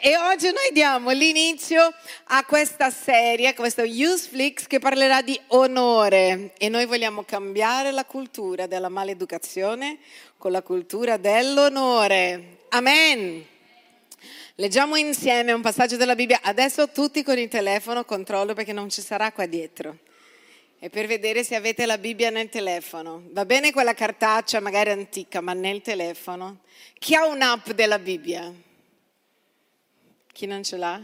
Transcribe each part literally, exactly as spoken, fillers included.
E oggi noi diamo l'inizio a questa serie, questo Youthflix che parlerà di onore e noi vogliamo cambiare la cultura della maleducazione con la cultura dell'onore. Amen. Leggiamo insieme un passaggio della Bibbia, adesso tutti con il telefono, controllo perché non ci sarà qua dietro. E per vedere se avete la Bibbia nel telefono. Va bene quella cartaccia magari antica, ma nel telefono. Chi ha un'app della Bibbia? Chi non ce l'ha?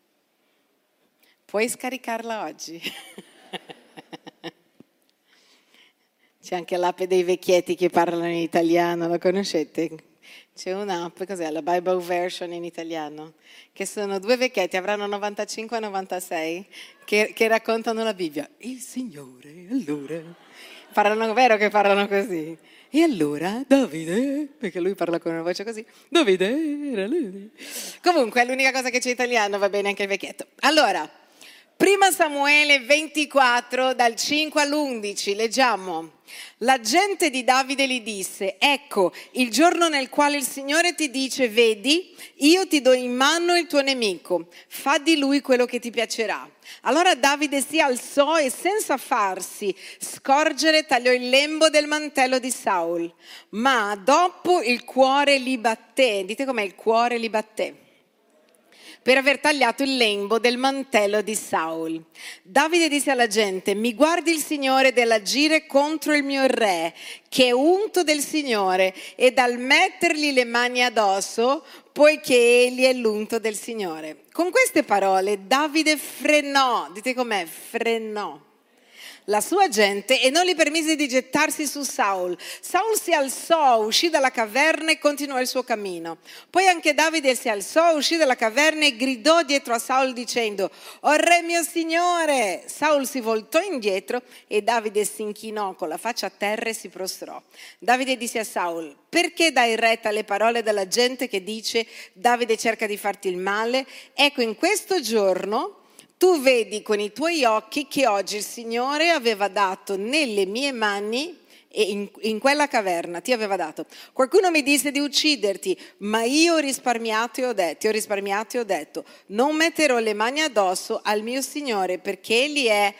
Puoi scaricarla oggi. C'è anche l'app dei vecchietti che parlano in italiano, la conoscete? C'è un'app, cos'è? La Bible Version in italiano, che sono due vecchietti, avranno novantacinque e novantasei, che, che raccontano la Bibbia. Il Signore, allora... Parlano, vero che parlano così? E allora Davide, perché lui parla con una voce così, Davide era lui. Comunque è l'unica cosa che c'è in italiano, va bene anche il vecchietto. Allora, primo Samuele ventiquattro, dal cinque all'undici, leggiamo. La gente di Davide gli disse, ecco, il giorno nel quale il Signore ti dice, vedi, io ti do in mano il tuo nemico, fa di lui quello che ti piacerà. Allora Davide si alzò e senza farsi scorgere tagliò il lembo del mantello di Saul, ma dopo il cuore gli batté, dite com'è il cuore gli batté, per aver tagliato il lembo del mantello di Saul. Davide disse alla gente, mi guardi il Signore dell'agire contro il mio re, che è unto del Signore, e dal mettergli le mani addosso, poiché egli è l'unto del Signore. Con queste parole Davide frenò, dite com'è, frenò la sua gente e non gli permise di gettarsi su Saul. Saul si alzò, uscì dalla caverna e continuò il suo cammino. Poi anche Davide si alzò, uscì dalla caverna e gridò dietro a Saul dicendo, oh re mio signore! Saul si voltò indietro e Davide si inchinò con la faccia a terra e si prostrò. Davide disse a Saul, perché dai retta alle parole della gente che dice Davide cerca di farti il male? Ecco, in questo giorno tu vedi con i tuoi occhi che oggi il Signore aveva dato nelle mie mani e in, in quella caverna ti aveva dato. Qualcuno mi disse di ucciderti, ma io ho risparmiato e ho detto, ho risparmiato e ho detto, non metterò le mani addosso al mio Signore perché egli è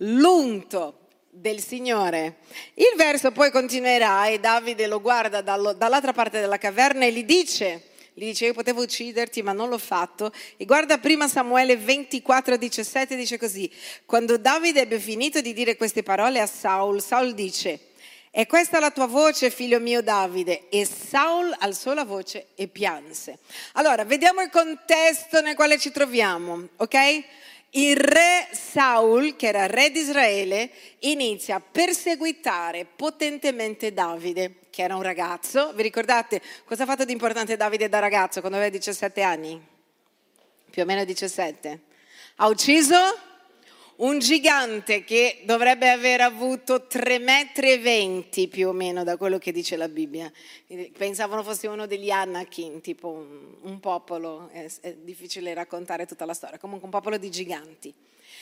l'unto del Signore. Il verso poi continuerà e Davide lo guarda dallo, dall'altra parte della caverna e gli dice... Gli dice io potevo ucciderti ma non l'ho fatto. E guarda prima Samuele ventiquattro diciassette, dice così. Quando Davide ebbe finito di dire queste parole a Saul, Saul dice è questa la tua voce figlio mio Davide? E Saul alzò la voce e pianse. Allora vediamo il contesto nel quale ci troviamo, ok? Il re Saul, che era re di Israele, inizia a perseguitare potentemente Davide, che era un ragazzo. Vi ricordate cosa ha fatto di importante Davide da ragazzo quando aveva diciassette anni? Più o meno diciassette. Ha ucciso un gigante che dovrebbe aver avuto tre metri e venti più o meno da quello che dice la Bibbia. Pensavano fosse uno degli Anakin, tipo un, un popolo, è, è difficile raccontare tutta la storia, comunque un popolo di giganti.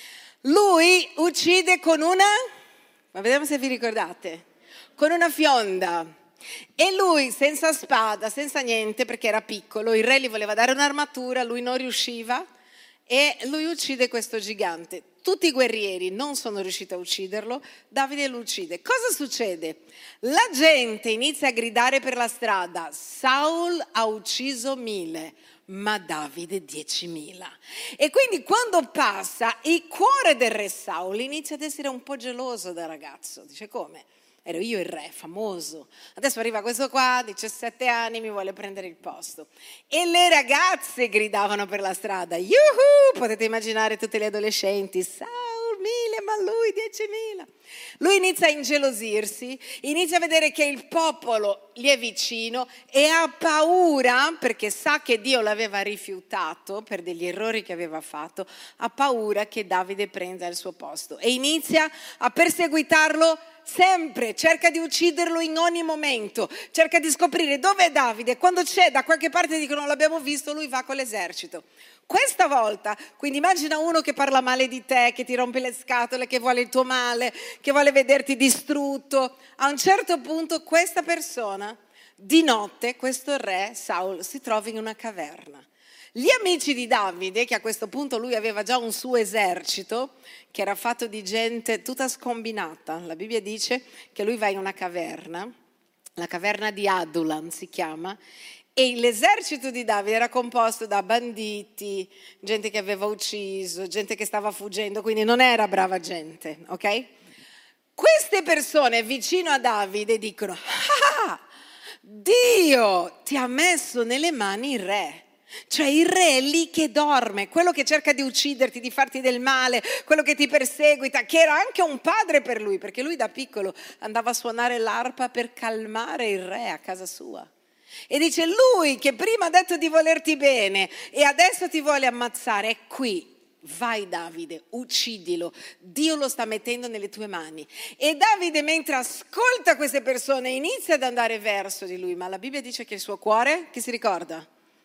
Lui uccide con una, ma vediamo se vi ricordate, con una fionda. E lui senza spada, senza niente, perché era piccolo, il re gli voleva dare un'armatura, lui non riusciva e lui uccide questo gigante. Tutti i guerrieri non sono riusciti a ucciderlo, Davide lo uccide. Cosa succede? La gente inizia a gridare per la strada, Saul ha ucciso mille, ma Davide diecimila. E quindi quando passa, il cuore del re Saul inizia ad essere un po' geloso del ragazzo. Dice come? Ero io il re, famoso. Adesso arriva questo qua, diciassette anni, mi vuole prendere il posto. E le ragazze gridavano per la strada, yuhu! Potete immaginare tutte le adolescenti, Saul, mille, ma lui diecimila. Lui inizia a ingelosirsi, inizia a vedere che il popolo gli è vicino e ha paura, perché sa che Dio l'aveva rifiutato per degli errori che aveva fatto, ha paura che Davide prenda il suo posto. E inizia a perseguitarlo sempre, cerca di ucciderlo in ogni momento, cerca di scoprire dove è Davide. Quando c'è da qualche parte dicono l'abbiamo visto, lui va con l'esercito. Questa volta, quindi immagina uno che parla male di te, che ti rompe le scatole, che vuole il tuo male, che vuole vederti distrutto. A un certo punto questa persona, di notte, questo re Saul si trova in una caverna. Gli amici di Davide, che a questo punto lui aveva già un suo esercito, che era fatto di gente tutta scombinata. La Bibbia dice che lui va in una caverna, la caverna di Adullam si chiama, e l'esercito di Davide era composto da banditi, gente che aveva ucciso, gente che stava fuggendo, quindi non era brava gente, ok? Queste persone vicino a Davide dicono: ah, Dio ti ha messo nelle mani il re. Cioè il re è lì che dorme, quello che cerca di ucciderti, di farti del male, quello che ti perseguita, che era anche un padre per lui, perché lui da piccolo andava a suonare l'arpa per calmare il re a casa sua. E dice: lui che prima ha detto di volerti bene e adesso ti vuole ammazzare, è qui. Vai Davide, uccidilo, Dio lo sta mettendo nelle tue mani. E Davide, mentre ascolta queste persone, inizia ad andare verso di lui, ma la Bibbia dice che il suo cuore, che si ricorda?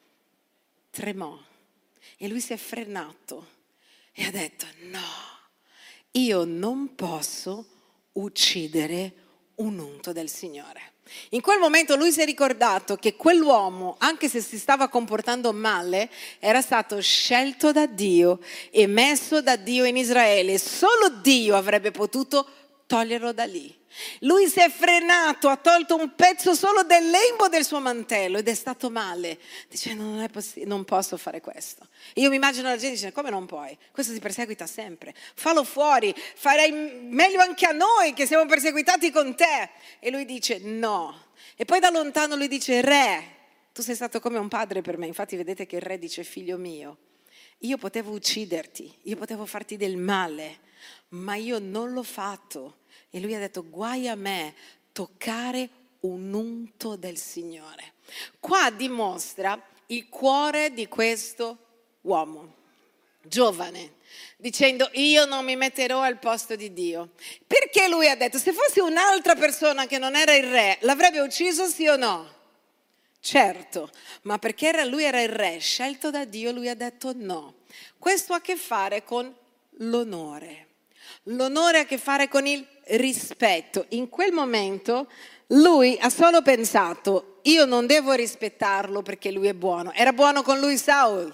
Tremò e lui si è frenato e ha detto: no, io non posso uccidere un unto del Signore. In quel momento lui si è ricordato che quell'uomo, anche se si stava comportando male, era stato scelto da Dio e messo da Dio in Israele. Solo Dio avrebbe potuto toglierlo da lì. Lui si è frenato, ha tolto un pezzo solo del lembo del suo mantello ed è stato male. Dice: non è possibile, non posso fare questo. Io mi immagino la gente dice: come non puoi? Questo ti perseguita sempre, fallo fuori, farai meglio anche a noi che siamo perseguitati con te. E lui dice: no. E poi da lontano lui dice: re, tu sei stato come un padre per me. Infatti vedete che il re dice: figlio mio, io potevo ucciderti, io potevo farti del male, ma io non l'ho fatto. E lui ha detto: guai a me toccare un unto del Signore. Qua dimostra il cuore di questo uomo, giovane, dicendo: io non mi metterò al posto di Dio. Perché lui ha detto: se fosse un'altra persona che non era il re, l'avrebbe ucciso, sì o no? Certo, ma perché era, lui era il re, scelto da Dio, lui ha detto no. Questo ha a che fare con l'onore. L'onore ha a che fare con il rispetto. In quel momento lui ha solo pensato: io non devo rispettarlo perché lui è buono. Era buono con lui Saul,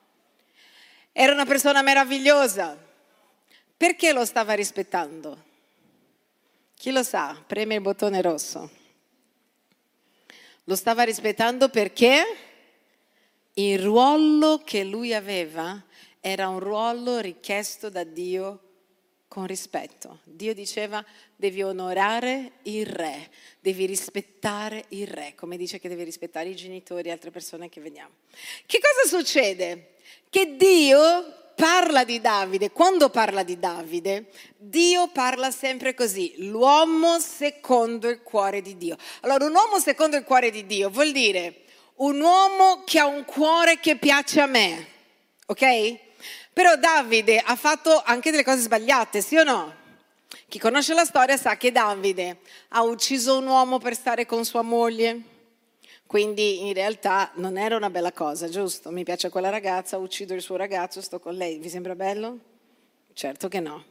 era una persona meravigliosa. Perché lo stava rispettando? Chi lo sa? Preme il bottone rosso. Lo stava rispettando perché il ruolo che lui aveva era un ruolo richiesto da Dio con rispetto. Dio diceva: devi onorare il re, devi rispettare il re, come dice che devi rispettare i genitori e altre persone che vediamo. Che cosa succede? Che Dio parla di Davide. Quando parla di Davide, Dio parla sempre così: l'uomo secondo il cuore di Dio. Allora, un uomo secondo il cuore di Dio vuol dire un uomo che ha un cuore che piace a me, ok? Però Davide ha fatto anche delle cose sbagliate, sì o no? Chi conosce la storia sa che Davide ha ucciso un uomo per stare con sua moglie, quindi in realtà non era una bella cosa, giusto? Mi piace quella ragazza, uccido il suo ragazzo, sto con lei, vi sembra bello? Certo che no.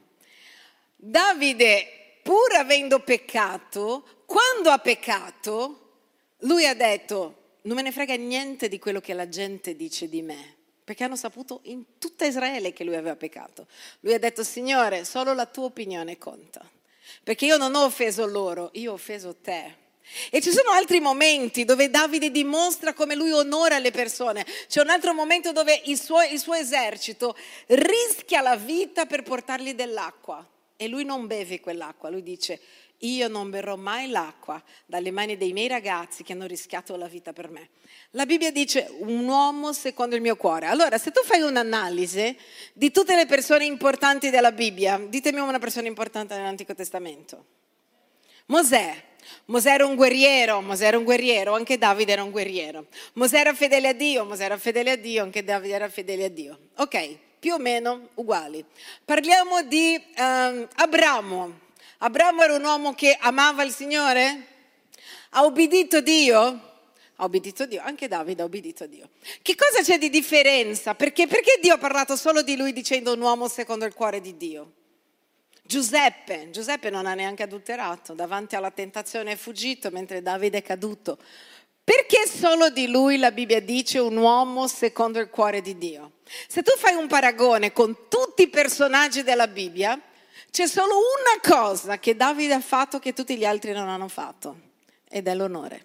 Davide, pur avendo peccato, quando ha peccato, lui ha detto: non me ne frega niente di quello che la gente dice di me. Perché hanno saputo in tutta Israele che lui aveva peccato. Lui ha detto: Signore, solo la tua opinione conta. Perché io non ho offeso loro, io ho offeso te. E ci sono altri momenti dove Davide dimostra come lui onora le persone. C'è un altro momento dove il suo, il suo esercito rischia la vita per portargli dell'acqua. E lui non beve quell'acqua, lui dice: io non berrò mai l'acqua dalle mani dei miei ragazzi che hanno rischiato la vita per me. La Bibbia dice: un uomo secondo il mio cuore. Allora, se tu fai un'analisi di tutte le persone importanti della Bibbia, ditemi una persona importante nell'Antico Testamento. Mosè. Mosè era un guerriero, Mosè era un guerriero, anche Davide era un guerriero. Mosè era fedele a Dio, Mosè era fedele a Dio, anche Davide era fedele a Dio. Ok, più o meno uguali. Parliamo di um, Abramo. Abramo era un uomo che amava il Signore? Ha obbedito a Dio? Ha obbedito a Dio, anche Davide ha obbedito a Dio. Che cosa c'è di differenza? Perché, perché Dio ha parlato solo di lui dicendo un uomo secondo il cuore di Dio? Giuseppe, Giuseppe non ha neanche adulterato, davanti alla tentazione è fuggito mentre Davide è caduto. Perché solo di lui la Bibbia dice un uomo secondo il cuore di Dio? Se tu fai un paragone con tutti i personaggi della Bibbia, c'è solo una cosa che Davide ha fatto che tutti gli altri non hanno fatto, ed è l'onore.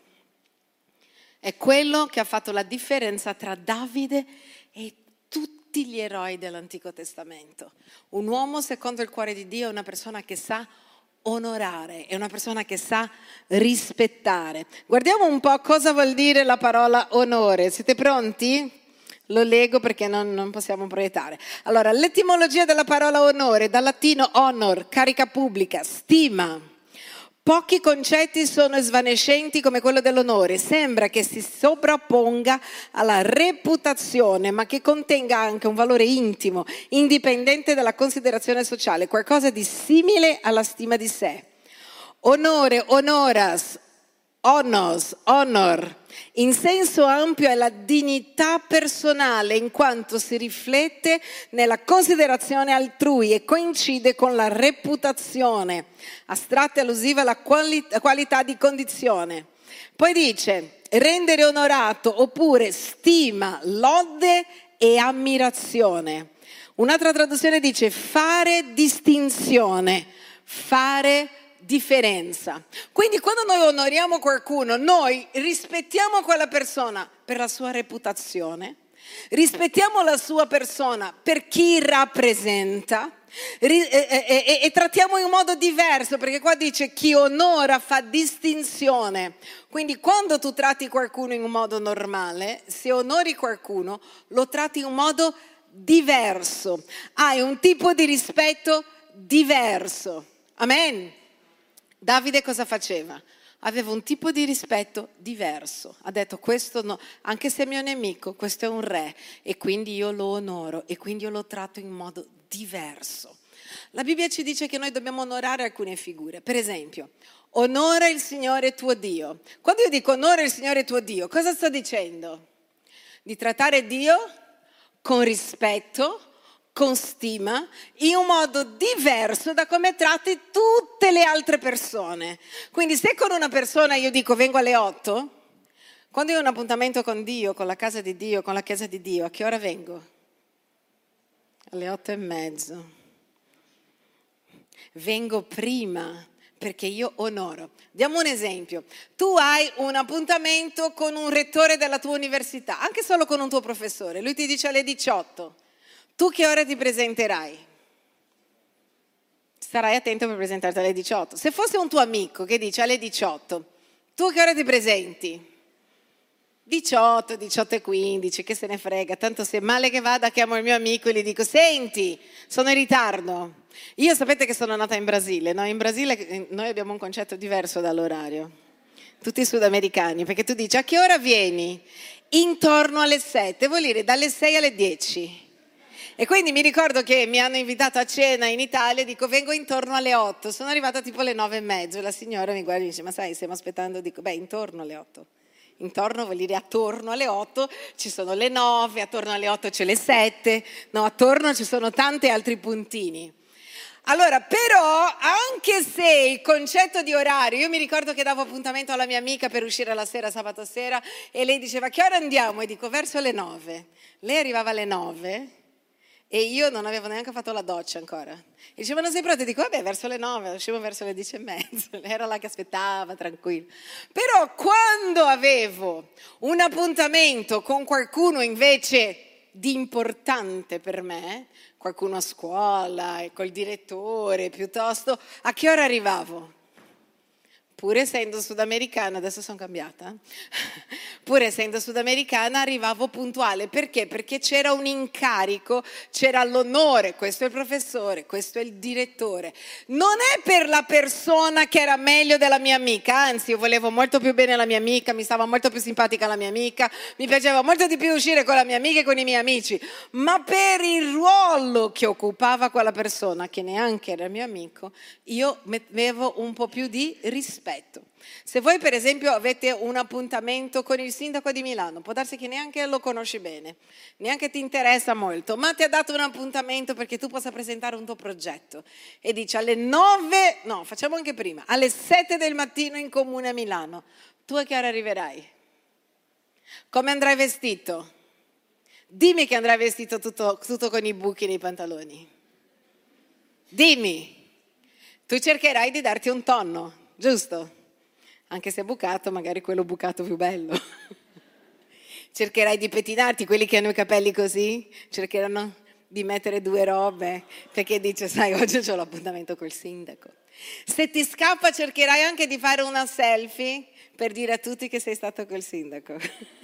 È quello che ha fatto la differenza tra Davide e tutti gli eroi dell'Antico Testamento. Un uomo secondo il cuore di Dio è una persona che sa onorare, è una persona che sa rispettare. Guardiamo un po' cosa vuol dire la parola onore. Siete pronti? Lo leggo perché non, non possiamo proiettare. Allora, l'etimologia della parola onore, dal latino honor, carica pubblica, stima. Pochi concetti sono svanescenti come quello dell'onore. Sembra che si sovrapponga alla reputazione, ma che contenga anche un valore intimo, indipendente dalla considerazione sociale, qualcosa di simile alla stima di sé. Onore, honoras, onos, honor, in senso ampio è la dignità personale in quanto si riflette nella considerazione altrui e coincide con la reputazione, astratta e allusiva alla quali- qualità di condizione. Poi dice rendere onorato oppure stima, lode e ammirazione. Un'altra traduzione dice fare distinzione, fare differenza. Quindi quando noi onoriamo qualcuno, noi rispettiamo quella persona per la sua reputazione, rispettiamo la sua persona per chi rappresenta e, e, e, e trattiamo in modo diverso, perché qua dice chi onora fa distinzione. Quindi quando tu tratti qualcuno in un modo normale, se onori qualcuno lo tratti in un modo diverso, hai un tipo di rispetto diverso. Amen. Davide cosa faceva? Aveva un tipo di rispetto diverso. Ha detto questo no, anche se è mio nemico, questo è un re e quindi io lo onoro e quindi io lo tratto in modo diverso. La Bibbia ci dice che noi dobbiamo onorare alcune figure. Per esempio, onora il Signore tuo Dio. Quando io dico onora il Signore tuo Dio, cosa sto dicendo? Di trattare Dio con rispetto, con stima, in un modo diverso da come tratti tutte le altre persone. Quindi se con una persona io dico vengo alle otto, quando io ho un appuntamento con Dio, con la casa di Dio, con la chiesa di Dio, a che ora vengo? Alle otto e mezzo. Vengo prima perché io onoro. Diamo un esempio. Tu hai un appuntamento con un rettore della tua università, anche solo con un tuo professore. Lui ti dice alle diciotto. Tu che ora ti presenterai? Starai attento per presentarti alle diciotto. Se fosse un tuo amico che dice alle diciotto, tu che ora ti presenti? diciotto, diciotto e quindici, che se ne frega, tanto se male che vada chiamo il mio amico e gli dico senti, sono in ritardo. Io sapete che sono nata in Brasile, no? In Brasile noi abbiamo un concetto diverso dall'orario, tutti i sudamericani, perché tu dici a che ora vieni? Intorno alle sette, vuol dire dalle sei alle dieci. E quindi mi ricordo che mi hanno invitato a cena in Italia e dico vengo intorno alle otto, sono arrivata tipo alle nove e mezzo e la signora mi guarda e dice ma sai stiamo aspettando, dico beh intorno alle otto. Intorno vuol dire attorno alle otto ci sono le nove, attorno alle otto c'è le sette, no, attorno ci sono tanti altri puntini. Allora, però, anche se il concetto di orario, io mi ricordo che davo appuntamento alla mia amica per uscire la sera, sabato sera, e lei diceva che ora andiamo? E dico verso le nove. Lei arrivava alle nove e io non avevo neanche fatto la doccia ancora. E diceva non sei pronta? E dico vabbè verso le nove, uscivo verso le dieci e mezzo. Lei era là che aspettava, tranquillo. Però quando avevo un appuntamento con qualcuno invece di importante per me, qualcuno a scuola, col direttore, piuttosto, a che ora arrivavo? Pur essendo sudamericana, adesso sono cambiata, pur essendo sudamericana arrivavo puntuale. Perché? Perché c'era un incarico, c'era l'onore, questo è il professore, questo è il direttore. Non è per la persona che era meglio della mia amica, anzi io volevo molto più bene la mia amica, mi stava molto più simpatica la mia amica, mi piaceva molto di più uscire con la mia amica e con i miei amici, ma per il ruolo che occupava quella persona, che neanche era mio amico, io avevo un po' più di rispetto. Se voi per esempio avete un appuntamento con il sindaco di Milano, può darsi che neanche lo conosci bene, neanche ti interessa molto, ma ti ha dato un appuntamento perché tu possa presentare un tuo progetto e dici alle nove, no facciamo anche prima, alle sette del mattino in comune a Milano, tu a che ora arriverai? Come andrai vestito? Dimmi che andrai vestito tutto, tutto con i buchi nei pantaloni. Dimmi. Tu cercherai di darti un tonno, giusto? Anche se è bucato, magari quello bucato più bello. Cercherai di pettinarti, quelli che hanno i capelli così, cercheranno di mettere due robe, perché dice, sai, oggi ho l'appuntamento col sindaco. Se ti scappa cercherai anche di fare una selfie per dire a tutti che sei stato col sindaco.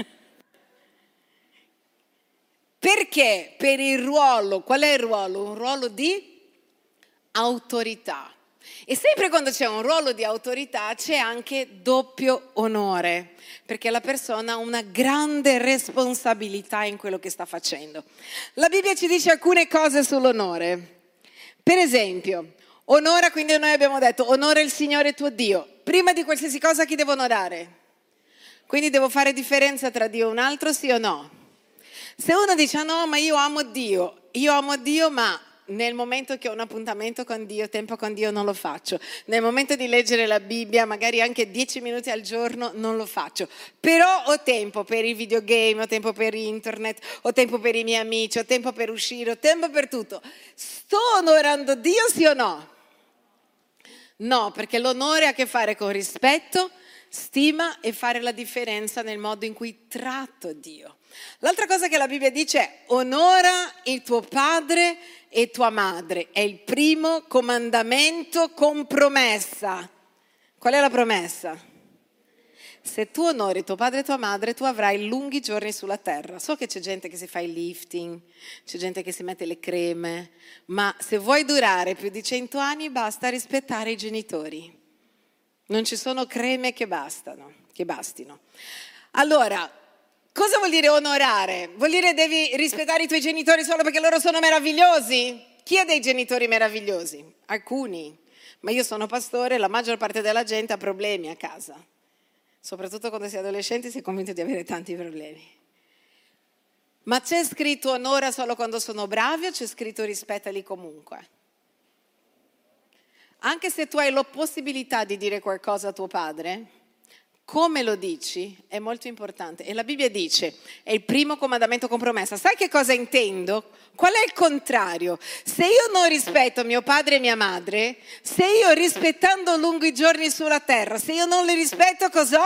Perché? Per il ruolo, qual è il ruolo? Un ruolo di autorità. E sempre quando c'è un ruolo di autorità c'è anche doppio onore, perché la persona ha una grande responsabilità in quello che sta facendo. La Bibbia ci dice alcune cose sull'onore. Per esempio, onora, quindi noi abbiamo detto, onora il Signore tuo Dio. Prima di qualsiasi cosa chi devo onorare? Quindi devo fare differenza tra Dio e un altro, sì o no? Se uno dice, no, ma io amo Dio, io amo Dio, ma nel momento che ho un appuntamento con Dio, tempo con Dio, non lo faccio. Nel momento di leggere la Bibbia, magari anche dieci minuti al giorno, non lo faccio. Però ho tempo per i videogame, ho tempo per internet, ho tempo per i miei amici, ho tempo per uscire, ho tempo per tutto. Sto onorando Dio, sì o no? No, perché l'onore ha a che fare con rispetto, stima e fare la differenza nel modo in cui tratto Dio. L'altra cosa che la Bibbia dice è onora il tuo padre e tua madre. È il primo comandamento con promessa. Qual è la promessa? Se tu onori tuo padre e tua madre, tu avrai lunghi giorni sulla terra. So che c'è gente che si fa il lifting, c'è gente che si mette le creme, ma se vuoi durare più di cento anni basta rispettare i genitori. Non ci sono creme che bastano, che bastino. Allora, cosa vuol dire onorare? Vuol dire devi rispettare i tuoi genitori solo perché loro sono meravigliosi? Chi ha dei genitori meravigliosi? Alcuni. Ma io sono pastore, la maggior parte della gente ha problemi a casa. Soprattutto quando sei adolescente sei convinto di avere tanti problemi. Ma c'è scritto onora solo quando sono bravi o c'è scritto rispettali comunque? Anche se tu hai la possibilità di dire qualcosa a tuo padre, come lo dici è molto importante. E la Bibbia dice, è il primo comandamento con promessa. Sai che cosa intendo? Qual è il contrario? Se io non rispetto mio padre e mia madre, se io rispettando lunghi giorni sulla terra, se io non li rispetto, cos'ho?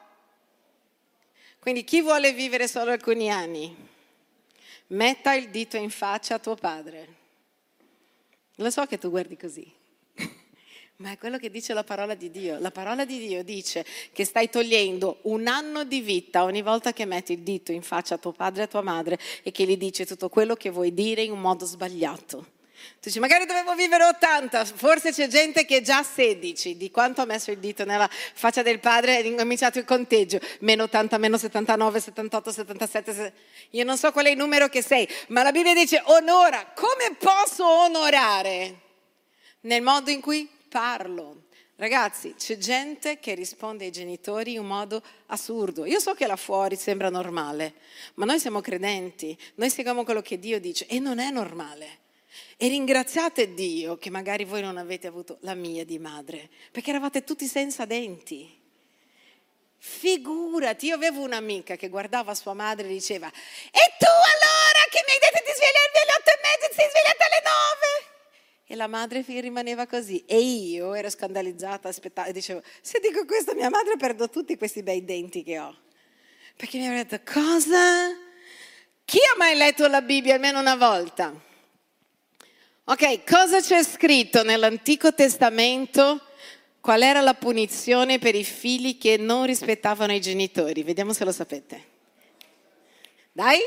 Quindi chi vuole vivere solo alcuni anni? Metta il dito in faccia a tuo padre. Lo so che tu guardi così. Ma è quello che dice la parola di Dio. La parola di Dio dice che stai togliendo un anno di vita ogni volta che metti il dito in faccia a tuo padre e a tua madre e che gli dici tutto quello che vuoi dire in un modo sbagliato. Tu dici, magari dovevo vivere ottanta, forse c'è gente che è già sedici, di quanto ha messo il dito nella faccia del padre e ha cominciato il conteggio, meno ottanta, meno settantanove, settantotto, settantasette, io non so qual è il numero che sei, ma la Bibbia dice onora. Come posso onorare? Nel modo in cui parlo. Ragazzi, c'è gente che risponde ai genitori in un modo assurdo. Io so che là fuori sembra normale, ma noi siamo credenti, noi seguiamo quello che Dio dice e non è normale. E ringraziate Dio che magari voi non avete avuto la mia di madre, perché eravate tutti senza denti. Figurati, io avevo un'amica che guardava sua madre e diceva, e tu allora che mi hai detto di svegliarmi alle otto e mezza e ti sei svegliata alle nove? E la madre rimaneva così e io ero scandalizzata, aspettavo e dicevo, se dico questo a mia madre perdo tutti questi bei denti che ho. Perché mi aveva detto, cosa? Chi ha mai letto la Bibbia almeno una volta? Ok, cosa c'è scritto nell'Antico Testamento? Qual era la punizione per i figli che non rispettavano i genitori? Vediamo se lo sapete. Dai?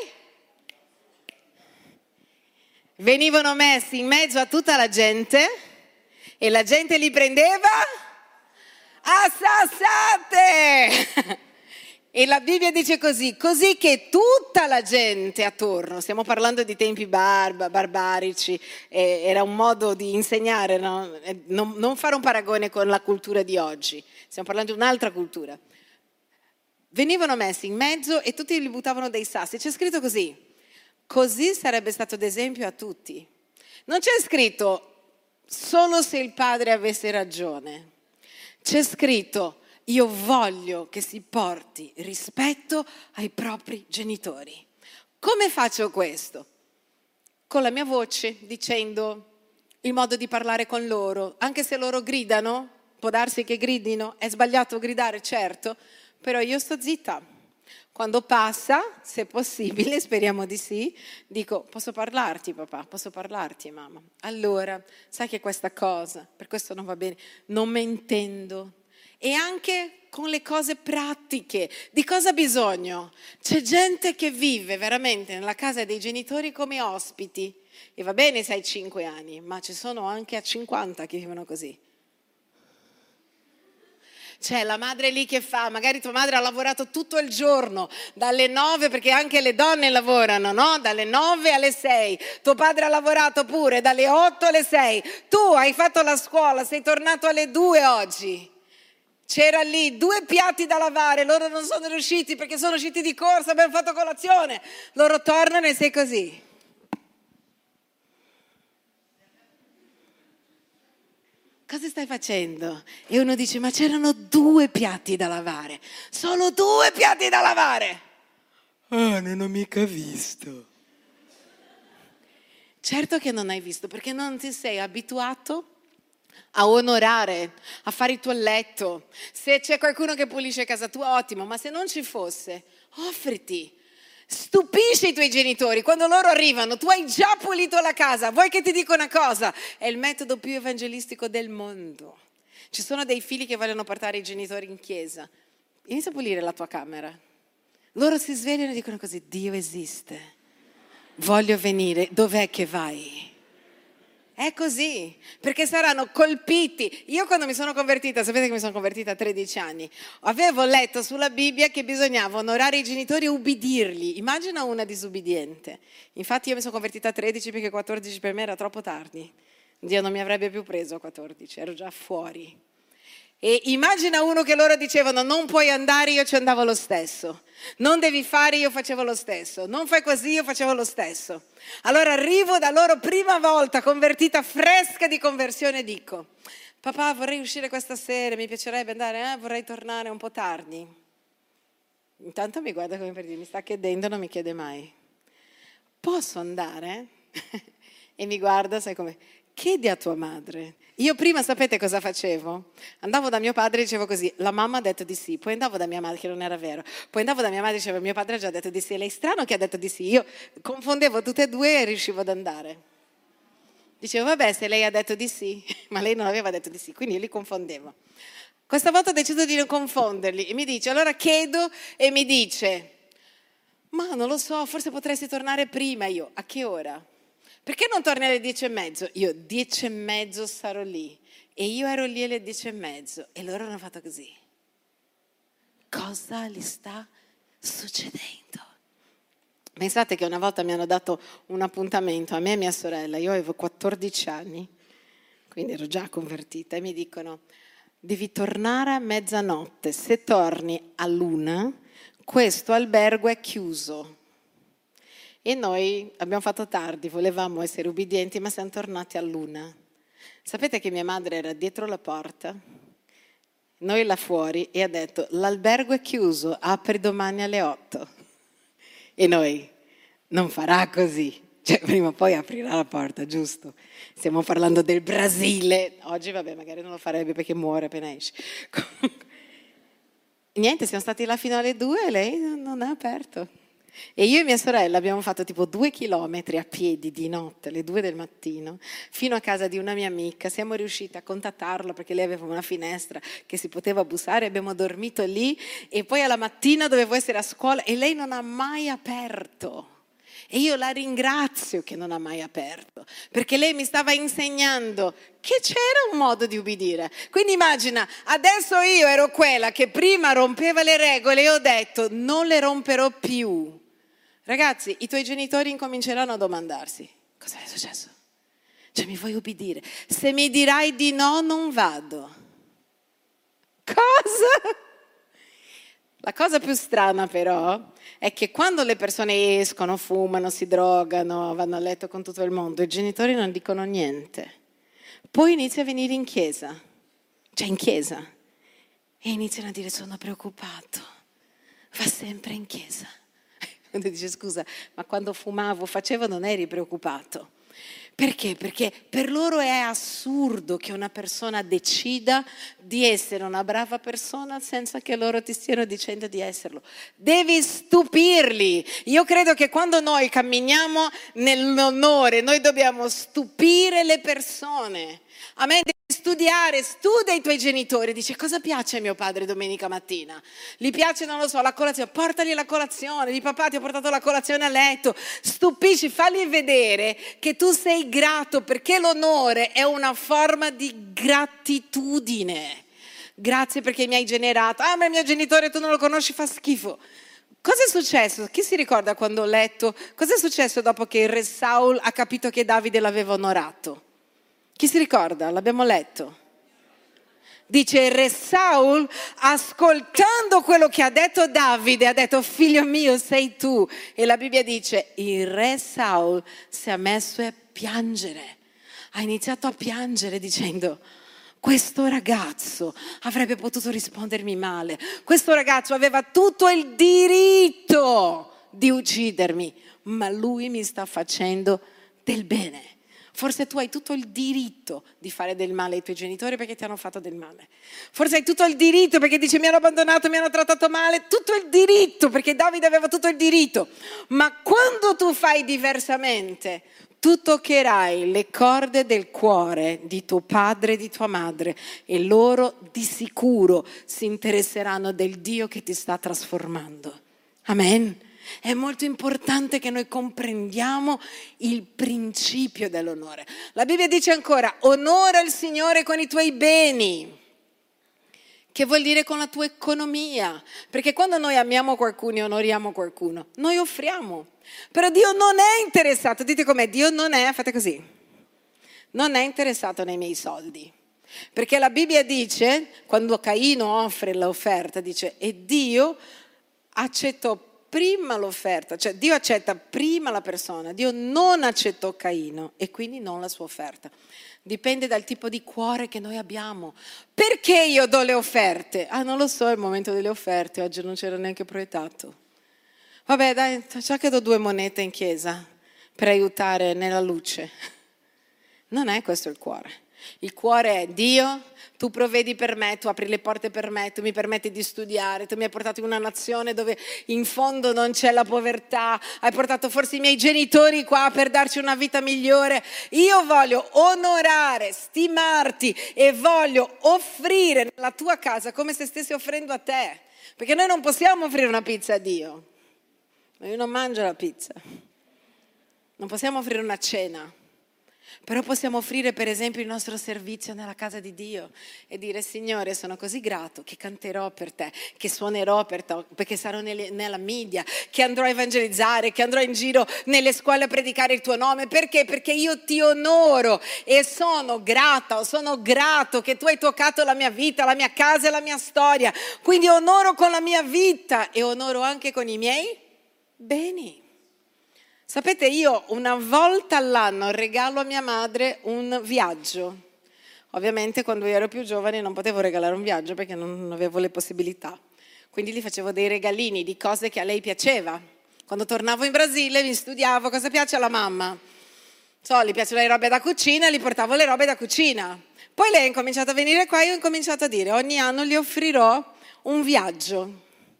Venivano messi in mezzo a tutta la gente e la gente li prendeva a sassate. E la Bibbia dice così, così che tutta la gente attorno, stiamo parlando di tempi barba, barbarici, eh, era un modo di insegnare, no? non, non fare un paragone con la cultura di oggi, stiamo parlando di un'altra cultura. Venivano messi in mezzo e tutti li buttavano dei sassi, c'è scritto così, così sarebbe stato d'esempio a tutti. Non c'è scritto solo se il padre avesse ragione, c'è scritto Io voglio che si porti rispetto ai propri genitori. Come faccio questo? Con la mia voce, dicendo il modo di parlare con loro. Anche se loro gridano, può darsi che gridino, è sbagliato gridare, certo, però io sto zitta. Quando passa, se possibile, speriamo di sì, dico, posso parlarti papà, posso parlarti mamma. Allora, sai che questa cosa, per questo non va bene, non me intendo. E anche con le cose pratiche, di cosa ha bisogno? C'è gente che vive veramente nella casa dei genitori come ospiti. E va bene se hai cinque anni, ma ci sono anche a cinquanta che vivono così. C'è la madre lì che fa, magari tua madre ha lavorato tutto il giorno, dalle nove, perché anche le donne lavorano, no? Dalle nove alle sei. Tuo padre ha lavorato pure dalle otto alle sei. Tu hai fatto la scuola, sei tornato alle due oggi. C'era lì due piatti da lavare, loro non sono riusciti perché sono usciti di corsa, abbiamo fatto colazione. Loro tornano e sei così. Cosa stai facendo? E uno dice, ma c'erano due piatti da lavare. Solo due piatti da lavare. Ah, non ho mica visto. Certo che non hai visto, perché non ti sei abituato a onorare, a fare il tuo letto. Se c'è qualcuno che pulisce casa tua, ottimo, ma se non ci fosse, offriti. Stupisci i tuoi genitori, quando loro arrivano, tu hai già pulito la casa, vuoi che ti dica una cosa? È il metodo più evangelistico del mondo. Ci sono dei figli che vogliono portare i genitori in chiesa, inizia a pulire la tua camera. Loro si svegliano e dicono così, Dio esiste, voglio venire, dov'è che vai? È così, perché saranno colpiti. Io quando mi sono convertita, sapete che mi sono convertita a tredici anni, avevo letto sulla Bibbia che bisognava onorare i genitori e ubbidirli. Immagina una disubbidiente. Infatti io mi sono convertita a tredici perché quattordici per me era troppo tardi. Dio non mi avrebbe più preso a quattordici, ero già fuori. E immagina uno che loro dicevano non puoi andare, io ci andavo lo stesso. Non devi fare, io facevo lo stesso. Non fai così, io facevo lo stesso. Allora arrivo da loro prima volta, convertita, fresca di conversione, e dico, papà vorrei uscire questa sera, mi piacerebbe andare, eh, vorrei tornare un po' tardi. Intanto mi guarda come per dire, mi sta chiedendo, non mi chiede mai. Posso andare? E mi guarda, sai come, chiedi a tua madre. Io prima sapete cosa facevo? Andavo da mio padre e dicevo così, la mamma ha detto di sì, poi andavo da mia madre che non era vero, poi andavo da mia madre e dicevo mio padre ha già detto di sì, e lei strano che ha detto di sì, io confondevo tutte e due e riuscivo ad andare. Dicevo vabbè se lei ha detto di sì, ma lei non aveva detto di sì, quindi io li confondevo. Questa volta ho deciso di non confonderli e mi dice, allora chiedo e mi dice, ma non lo so, forse potresti tornare prima. Io, a che ora? Perché non torni alle dieci e mezzo? Io, dieci e mezzo sarò lì. E io ero lì alle dieci e mezzo e loro hanno fatto così. Cosa gli sta succedendo? Pensate che una volta mi hanno dato un appuntamento, a me e mia sorella, io avevo quattordici anni, quindi ero già convertita, e mi dicono, devi tornare a mezzanotte, se torni all'una, questo albergo è chiuso. E noi abbiamo fatto tardi, volevamo essere ubbidienti, ma siamo tornati all'una. Sapete che mia madre era dietro la porta, noi là fuori, e ha detto, l'albergo è chiuso, apri domani alle otto. E noi, non farà così, cioè prima o poi aprirà la porta, giusto? Stiamo parlando del Brasile, oggi vabbè magari non lo farebbe perché muore appena esce. Niente, siamo stati là fino alle due e lei non ha aperto. E io e mia sorella abbiamo fatto tipo due chilometri a piedi di notte, alle due del mattino, fino a casa di una mia amica. Siamo riusciti a contattarla perché lei aveva una finestra che si poteva bussare, abbiamo dormito lì e poi alla mattina dovevo essere a scuola e lei non ha mai aperto. E io la ringrazio che non ha mai aperto, perché lei mi stava insegnando che c'era un modo di ubbidire. Quindi immagina, adesso io ero quella che prima rompeva le regole e ho detto non le romperò più. Ragazzi, i tuoi genitori incominceranno a domandarsi, cosa è successo? Cioè mi vuoi ubbidire? Se mi dirai di no, non vado. Cosa? La cosa più strana però è che quando le persone escono, fumano, si drogano, vanno a letto con tutto il mondo, i genitori non dicono niente. Poi inizia a venire in chiesa, cioè in chiesa. e iniziano a dire sono preoccupato, va sempre in chiesa. Quando dice scusa, ma quando fumavo, facevo, non eri preoccupato. Perché? Perché per loro è assurdo che una persona decida di essere una brava persona senza che loro ti stiano dicendo di esserlo. Devi stupirli. Io credo che quando noi camminiamo nell'onore, noi dobbiamo stupire le persone. Amen. Devi studiare, studia i tuoi genitori. Dice cosa piace a mio padre domenica mattina? Gli piace, non lo so, la colazione. Portagli la colazione. Di papà ti ho portato la colazione a letto. Stupisci, falli vedere che tu sei grato, perché l'onore è una forma di gratitudine. Grazie perché mi hai generato. Ah, ma il mio genitore tu non lo conosci, fa schifo. Cosa è successo? Chi si ricorda quando ho letto? Cosa è successo dopo che il re Saul ha capito che Davide l'aveva onorato? Chi si ricorda? L'abbiamo letto. Dice il re Saul, ascoltando quello che ha detto Davide, ha detto figlio mio sei tu. E la Bibbia dice il re Saul si è messo a piangere. Ha iniziato a piangere dicendo questo ragazzo avrebbe potuto rispondermi male. Questo ragazzo aveva tutto il diritto di uccidermi, ma lui mi sta facendo del bene. Forse tu hai tutto il diritto di fare del male ai tuoi genitori perché ti hanno fatto del male. Forse hai tutto il diritto perché dici mi hanno abbandonato, mi hanno trattato male. Tutto il diritto perché Davide aveva tutto il diritto. Ma quando tu fai diversamente, tu toccherai le corde del cuore di tuo padre e di tua madre e loro di sicuro si interesseranno del Dio che ti sta trasformando. Amen. È molto importante che noi comprendiamo il principio dell'onore. La Bibbia dice ancora, onora il Signore con i tuoi beni, che vuol dire con la tua economia. Perché quando noi amiamo qualcuno e onoriamo qualcuno, noi offriamo. Però Dio non è interessato, dite com'è, Dio non è, fate così, non è interessato nei miei soldi. Perché la Bibbia dice, quando Caino offre l'offerta, dice, e Dio accettò prima l'offerta, cioè Dio accetta prima la persona, Dio non accettò Caino e quindi non la sua offerta. Dipende dal tipo di cuore che noi abbiamo. Perché io do le offerte? Ah, non lo so, è il momento delle offerte, oggi non c'era neanche proiettato. Vabbè, dai, facciamo che do due monete in chiesa per aiutare nella luce. Non è questo il cuore. Il cuore è Dio, tu provvedi per me, tu apri le porte per me, tu mi permetti di studiare, tu mi hai portato in una nazione dove in fondo non c'è la povertà, hai portato forse i miei genitori qua per darci una vita migliore. Io voglio onorare, stimarti e voglio offrire nella tua casa come se stessi offrendo a te, perché noi non possiamo offrire una pizza a Dio, io non mangio la pizza, non possiamo offrire una cena. Però possiamo offrire per esempio il nostro servizio nella casa di Dio e dire Signore sono così grato che canterò per te, che suonerò per te, perché sarò nelle, nella media, che andrò a evangelizzare, che andrò in giro nelle scuole a predicare il tuo nome. Perché? Perché io ti onoro e sono grata o sono grato che tu hai toccato la mia vita, la mia casa e la mia storia. Quindi onoro con la mia vita e onoro anche con i miei beni. Sapete, io una volta all'anno regalo a mia madre un viaggio. Ovviamente quando io ero più giovane non potevo regalare un viaggio perché non avevo le possibilità. Quindi gli facevo dei regalini di cose che a lei piaceva. Quando tornavo in Brasile mi studiavo cosa piace alla mamma. So, gli piacciono le robe da cucina, gli portavo le robe da cucina. Poi lei ha incominciato a venire qua e io ho incominciato a dire ogni anno gli offrirò un viaggio.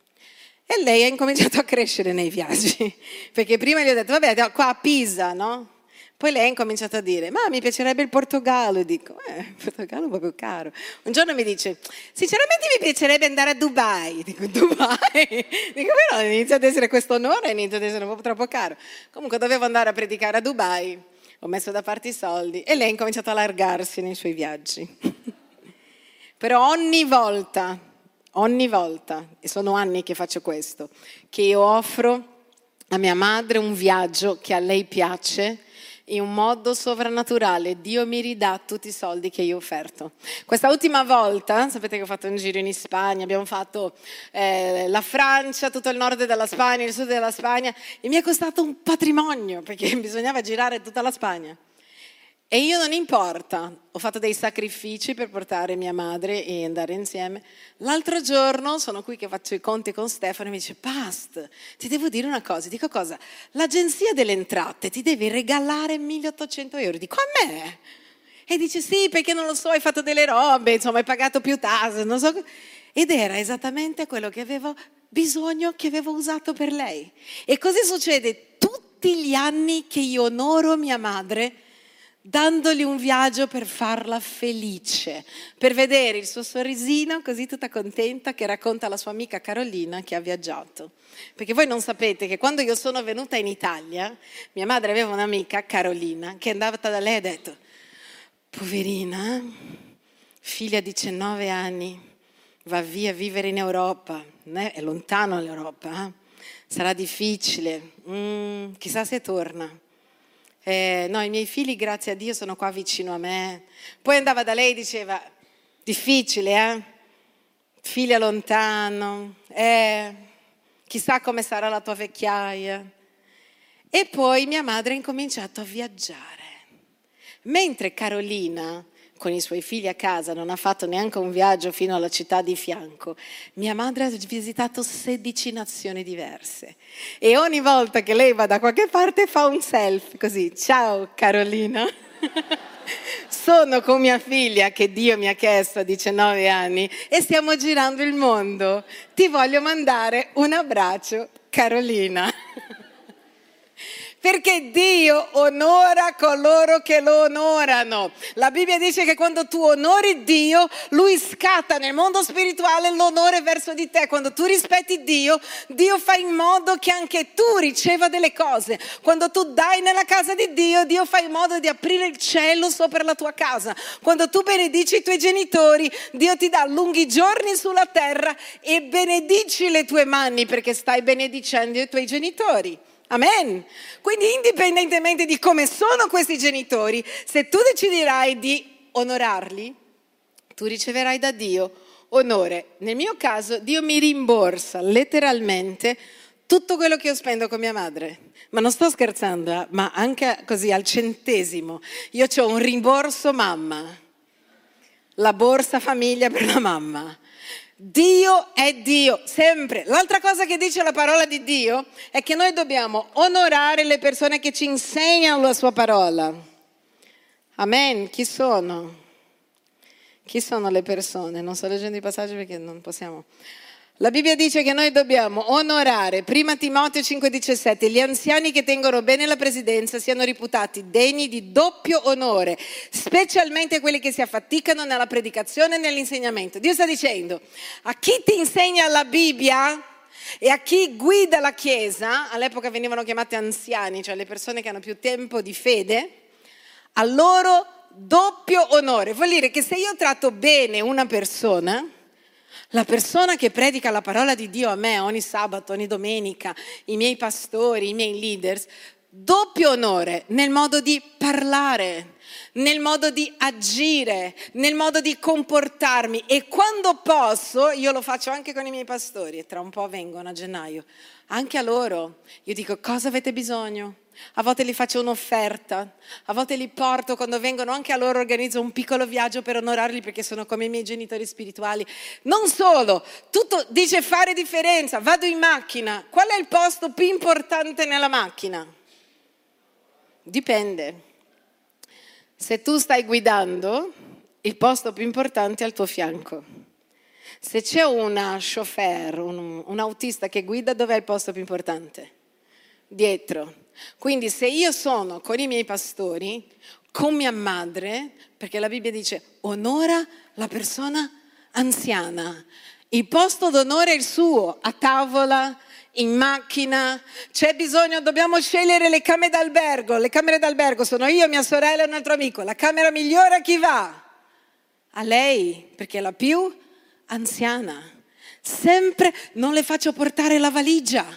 E lei ha incominciato a crescere nei viaggi, perché prima gli ho detto, vabbè, qua a Pisa, no? Poi lei ha incominciato a dire, ma mi piacerebbe il Portogallo. E dico, eh, il Portogallo è proprio caro. Un giorno mi dice, sinceramente mi piacerebbe andare a Dubai. Dico, Dubai? Dico, però inizia ad essere questo onore, inizia ad essere un po' troppo caro. Comunque dovevo andare a predicare a Dubai, ho messo da parte i soldi e lei ha incominciato a allargarsi nei suoi viaggi. Però ogni volta... Ogni volta, e sono anni che faccio questo, che io offro a mia madre un viaggio che a lei piace, in un modo sovrannaturale Dio mi ridà tutti i soldi che io ho offerto. Questa ultima volta, sapete che ho fatto un giro in Spagna, abbiamo fatto eh, la Francia, tutto il nord della Spagna, il sud della Spagna, e mi è costato un patrimonio, perché bisognava girare tutta la Spagna. E io non importa, ho fatto dei sacrifici per portare mia madre e andare insieme. L'altro giorno sono qui che faccio i conti con Stefano e mi dice: Past, ti devo dire una cosa. Dico cosa? L'agenzia delle entrate ti deve regalare milleottocento euro. Dico: a me? E dice: sì, perché non lo so, hai fatto delle robe, insomma hai pagato più tasse, non so. Ed era esattamente quello che avevo bisogno, che avevo usato per lei. E così succede tutti gli anni che io onoro mia madre, dandogli un viaggio per farla felice, per vedere il suo sorrisino così tutta contenta che racconta alla sua amica Carolina che ha viaggiato. Perché voi non sapete che quando io sono venuta in Italia, mia madre aveva un'amica, Carolina, che è andata da lei e ha detto: poverina, figlia di diciannove anni, va via a vivere in Europa, è lontano l'Europa, eh? Sarà difficile, mm, chissà se torna. Eh, no, i miei figli, grazie a Dio, sono qua vicino a me. Poi andava da lei e diceva: difficile, eh? Figlia lontano, eh, chissà come sarà la tua vecchiaia. E poi mia madre ha incominciato a viaggiare. Mentre Carolina, con i suoi figli a casa, non ha fatto neanche un viaggio fino alla città di fianco, mia madre ha visitato sedici nazioni diverse. E ogni volta che lei va da qualche parte fa un selfie così: ciao Carolina, sono con mia figlia che Dio mi ha chiesto a diciannove anni e stiamo girando il mondo. Ti voglio mandare un abbraccio, Carolina. Perché Dio onora coloro che lo onorano. La Bibbia dice che quando tu onori Dio, Lui scatta nel mondo spirituale l'onore verso di te. Quando tu rispetti Dio, Dio fa in modo che anche tu riceva delle cose. Quando tu dai nella casa di Dio, Dio fa in modo di aprire il cielo sopra la tua casa. Quando tu benedici i tuoi genitori, Dio ti dà lunghi giorni sulla terra e benedici le tue mani perché stai benedicendo i tuoi genitori. Amen. Quindi indipendentemente di come sono questi genitori, se tu deciderai di onorarli, tu riceverai da Dio onore. Nel mio caso Dio mi rimborsa letteralmente tutto quello che io spendo con mia madre. Ma non sto scherzando, ma anche così al centesimo. Io ho un rimborso mamma, la borsa famiglia per la mamma. Dio è Dio, sempre. L'altra cosa che dice la parola di Dio è che noi dobbiamo onorare le persone che ci insegnano la sua parola. Amen. Chi sono? Chi sono le persone? Non sto leggendo i passaggi perché non possiamo. La Bibbia dice che noi dobbiamo onorare, prima Timoteo cinque diciassette, gli anziani che tengono bene la presidenza siano reputati degni di doppio onore, specialmente quelli che si affaticano nella predicazione e nell'insegnamento. Dio sta dicendo: a chi ti insegna la Bibbia e a chi guida la Chiesa, all'epoca venivano chiamati anziani, cioè le persone che hanno più tempo di fede, a loro doppio onore. Vuol dire che se io tratto bene una persona, la persona che predica la parola di Dio a me ogni sabato, ogni domenica, i miei pastori, i miei leaders, doppio onore nel modo di parlare, nel modo di agire, nel modo di comportarmi. E quando posso, io lo faccio anche con i miei pastori, e tra un po' vengono a gennaio, anche a loro io dico: cosa avete bisogno? A volte li faccio un'offerta, a volte li porto, quando vengono anche a loro organizzo un piccolo viaggio per onorarli perché sono come i miei genitori spirituali. Non solo, tutto dice fare differenza. Vado in macchina, qual è il posto più importante nella macchina? Dipende. Se tu stai guidando, il posto più importante è al tuo fianco. Se c'è una chauffeur, un, un autista che guida, dov'è il posto più importante? Dietro. Quindi se io sono con i miei pastori, con mia madre, perché la Bibbia dice onora la persona anziana, il posto d'onore è il suo, a tavola, in macchina, c'è bisogno, dobbiamo scegliere le camere d'albergo, le camere d'albergo sono io, mia sorella e un altro amico, la camera migliore a chi va? A lei, perché è la più anziana. Sempre non le faccio portare la valigia.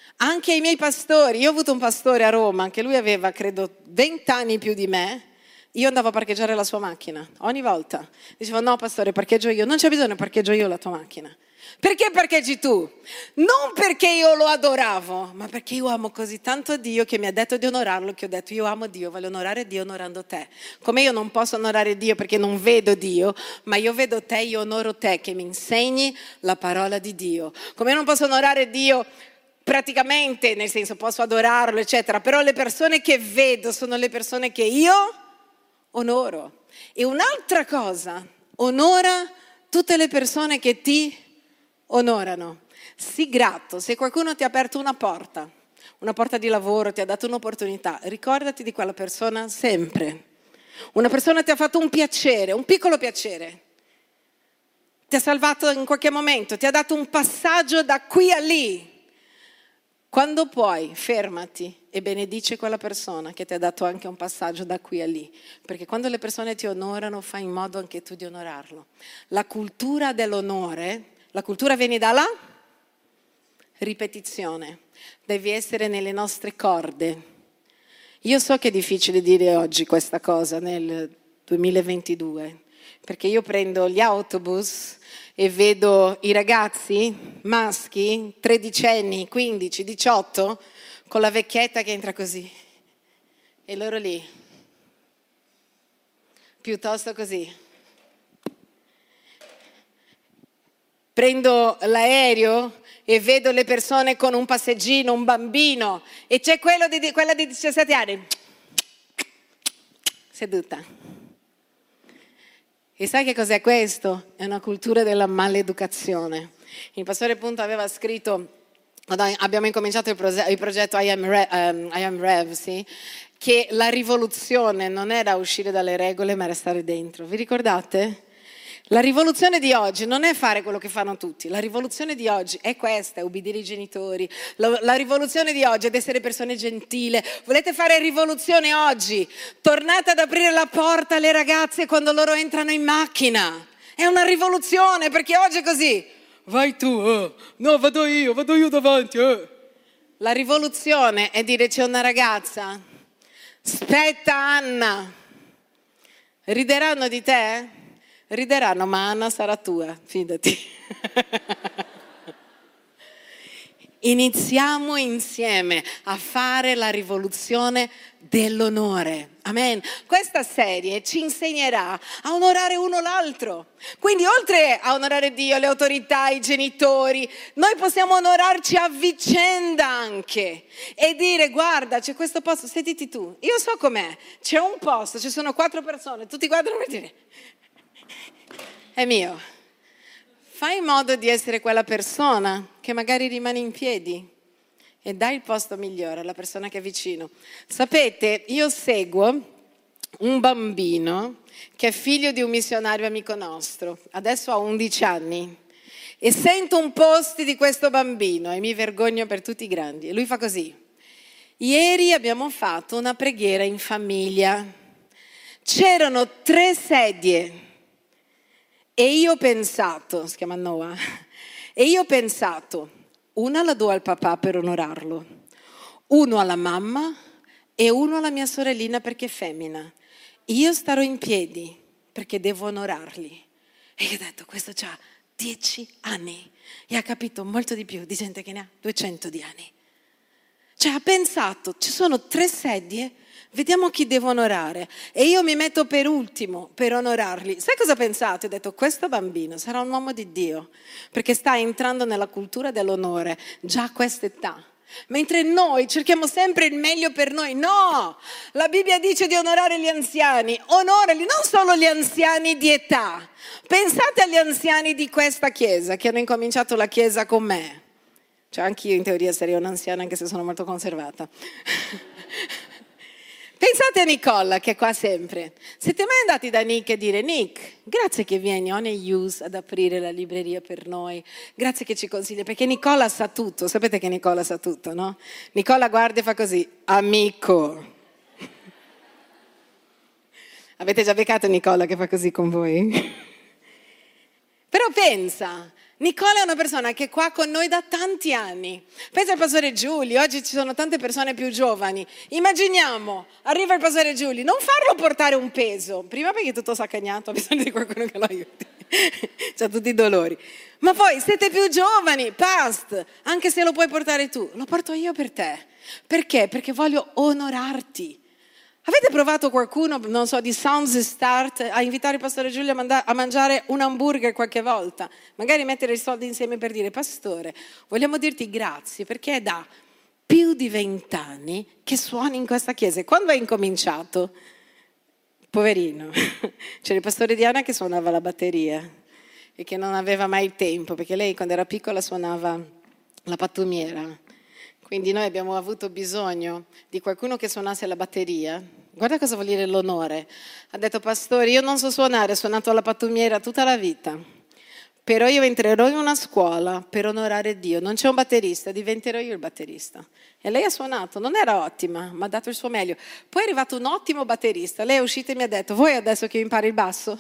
Anche i miei pastori, io ho avuto un pastore a Roma, anche lui aveva credo venti anni più di me, Io andavo a parcheggiare la sua macchina, ogni volta. Dicevo, no pastore, parcheggio io. Non c'è bisogno, parcheggio io la tua macchina. Perché parcheggi tu? Non perché io lo adoravo, ma perché io amo così tanto Dio che mi ha detto di onorarlo, che ho detto io amo Dio, voglio onorare Dio onorando te. Come io non posso onorare Dio perché non vedo Dio, ma io vedo te, io onoro te che mi insegni la parola di Dio. Come io non posso onorare Dio praticamente, nel senso posso adorarlo eccetera, però le persone che vedo sono le persone che io onoro. E un'altra cosa, onora tutte le persone che ti onorano. Sii grato, se qualcuno ti ha aperto una porta, una porta di lavoro, ti ha dato un'opportunità, ricordati di quella persona sempre. Una persona ti ha fatto un piacere, un piccolo piacere, ti ha salvato in qualche momento, ti ha dato un passaggio da qui a lì. Quando puoi, fermati e benedice quella persona che ti ha dato anche un passaggio da qui a lì, perché quando le persone ti onorano fai in modo anche tu di onorarlo. La cultura dell'onore, la cultura viene dalla ripetizione, devi essere nelle nostre corde. Io so che è difficile dire oggi questa cosa nel duemilaventidue, perché io prendo gli autobus e vedo i ragazzi maschi, tredicenni, quindici, diciotto, con la vecchietta che entra così. E loro lì, piuttosto così. Prendo l'aereo e vedo le persone con un passeggino, un bambino, e c'è quello di, quella di diciassette anni, seduta. E sai che cos'è questo? È una cultura della maleducazione. Il pastore appunto aveva scritto, abbiamo incominciato il, proge- il progetto I Am, Re- um, I Am Rev, sì? Che la rivoluzione non era uscire dalle regole ma era stare dentro. Vi ricordate? La rivoluzione di oggi non è fare quello che fanno tutti, la rivoluzione di oggi è questa, è ubbidire i genitori, la, la rivoluzione di oggi è essere persone gentili. Volete fare rivoluzione oggi? Tornate ad aprire la porta alle ragazze quando loro entrano in macchina, è una rivoluzione perché oggi è così, vai tu, eh. no vado io, vado io davanti. Eh. La rivoluzione è dire c'è una ragazza, aspetta Anna, rideranno di te? Rideranno, ma Anna sarà tua, fidati. Iniziamo insieme a fare la rivoluzione dell'onore. Amen. Questa serie ci insegnerà a onorare uno l'altro. Quindi oltre a onorare Dio, le autorità, i genitori, noi possiamo onorarci a vicenda anche e dire guarda c'è questo posto, sediti tu, io so com'è, c'è un posto, ci sono quattro persone, tutti guardano e dire è mio. Fai in modo di essere quella persona che magari rimane in piedi e dai il posto migliore alla persona che è vicino. Sapete, io seguo un bambino che è figlio di un missionario amico nostro, adesso ha undici anni, e sento un post di questo bambino e mi vergogno per tutti i grandi. E lui fa così: ieri abbiamo fatto una preghiera in famiglia, c'erano tre sedie. E io ho pensato, si chiama Noah, e io ho pensato, una la do al papà per onorarlo, uno alla mamma e uno alla mia sorellina perché è femmina. Io starò in piedi perché devo onorarli. E io ho detto, questo c'ha dieci anni e ha capito molto di più di gente che ne ha duecento di anni. Cioè ha pensato, ci sono tre sedie, vediamo chi devo onorare e io mi metto per ultimo per onorarli. Sai cosa ho pensato? Ho detto questo bambino sarà un uomo di Dio perché sta entrando nella cultura dell'onore già a quest'età. Mentre noi cerchiamo sempre il meglio per noi. No, la Bibbia dice di onorare gli anziani, onorali, non solo gli anziani di età. Pensate agli anziani di questa chiesa che hanno incominciato la chiesa con me. Cioè anch'io in teoria sarei un'anziana anche se sono molto conservata. Pensate a Nicola che è qua sempre. Siete mai andati da Nick e dire Nick, grazie che vieni One Use ad aprire la libreria per noi, grazie che ci consigli, perché Nicola sa tutto, sapete che Nicola sa tutto, no? Nicola guarda e fa così, amico. Avete già beccato Nicola che fa così con voi? Però pensa, Nicola è una persona che è qua con noi da tanti anni. Pensa al pastore Giulio, oggi ci sono tante persone più giovani. Immaginiamo, arriva il pastore Giulio, non farlo portare un peso. Prima perché è tutto saccagnato, ha bisogno di qualcuno che lo aiuti. C'ha tutti i dolori. Ma poi siete più giovani, past, anche se lo puoi portare tu, lo porto io per te. Perché? Perché voglio onorarti. Avete provato qualcuno, non so, di Sounds Start a invitare il pastore Giulio a, manda- a mangiare un hamburger qualche volta? Magari mettere i soldi insieme per dire, pastore, vogliamo dirti grazie perché è da più di vent'anni che suoni in questa chiesa. E quando hai incominciato? Poverino, c'era il pastore Diana che suonava la batteria e che non aveva mai il tempo, perché lei quando era piccola suonava la pattumiera. Quindi noi abbiamo avuto bisogno di qualcuno che suonasse la batteria. Guarda cosa vuol dire l'onore. Ha detto, pastore, io non so suonare, ho suonato la pattumiera tutta la vita. Però io entrerò in una scuola per onorare Dio. Non c'è un batterista, diventerò io il batterista. E lei ha suonato, non era ottima, ma ha dato il suo meglio. Poi è arrivato un ottimo batterista. Lei è uscita e mi ha detto, vuoi adesso che io impari il basso?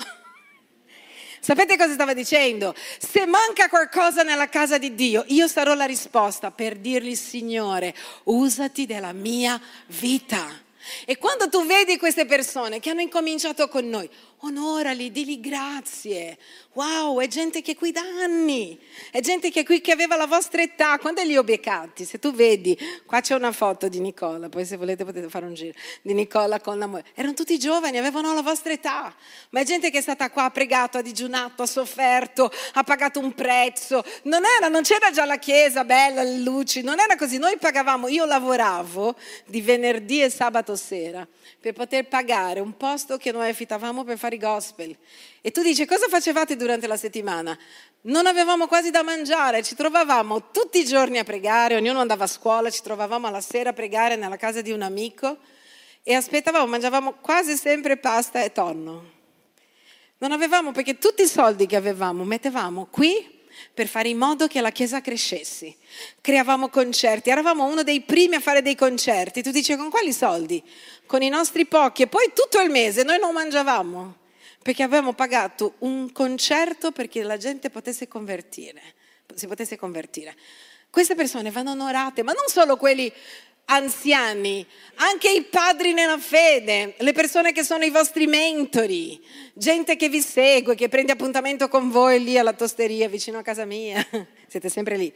Sapete cosa stava dicendo? Se manca qualcosa nella casa di Dio, io sarò la risposta per dirgli, Signore, usati della mia vita. E quando tu vedi queste persone che hanno incominciato con noi, onorali, digli grazie. Wow, è gente che è qui da anni, è gente che è qui che aveva la vostra età. Quando li ho beccati? Se tu vedi, qua c'è una foto di Nicola, poi se volete potete fare un giro, di Nicola con la moglie. Erano tutti giovani, avevano la vostra età, ma è gente che è stata qua, ha pregato, ha digiunato, ha sofferto, ha pagato un prezzo. Non era, non c'era già la chiesa bella, le luci, non era così. Noi pagavamo, io lavoravo di venerdì e sabato sera per poter pagare un posto che noi affittavamo per fare i gospel. E tu dici, cosa facevate durante la settimana? Non avevamo quasi da mangiare, ci trovavamo tutti i giorni a pregare, ognuno andava a scuola, ci trovavamo alla sera a pregare nella casa di un amico e aspettavamo, mangiavamo quasi sempre pasta e tonno. Non avevamo, perché tutti i soldi che avevamo mettevamo qui per fare in modo che la chiesa crescesse. Creavamo concerti, eravamo uno dei primi a fare dei concerti. Tu dici, con quali soldi? Con i nostri pochi. E poi tutto il mese noi non mangiavamo, perché avevamo pagato un concerto perché la gente potesse convertire, si potesse convertire. Queste persone vanno onorate, ma non solo quelli anziani, anche i padri nella fede, le persone che sono i vostri mentori, gente che vi segue, che prende appuntamento con voi lì alla tosteria vicino a casa mia, siete sempre lì.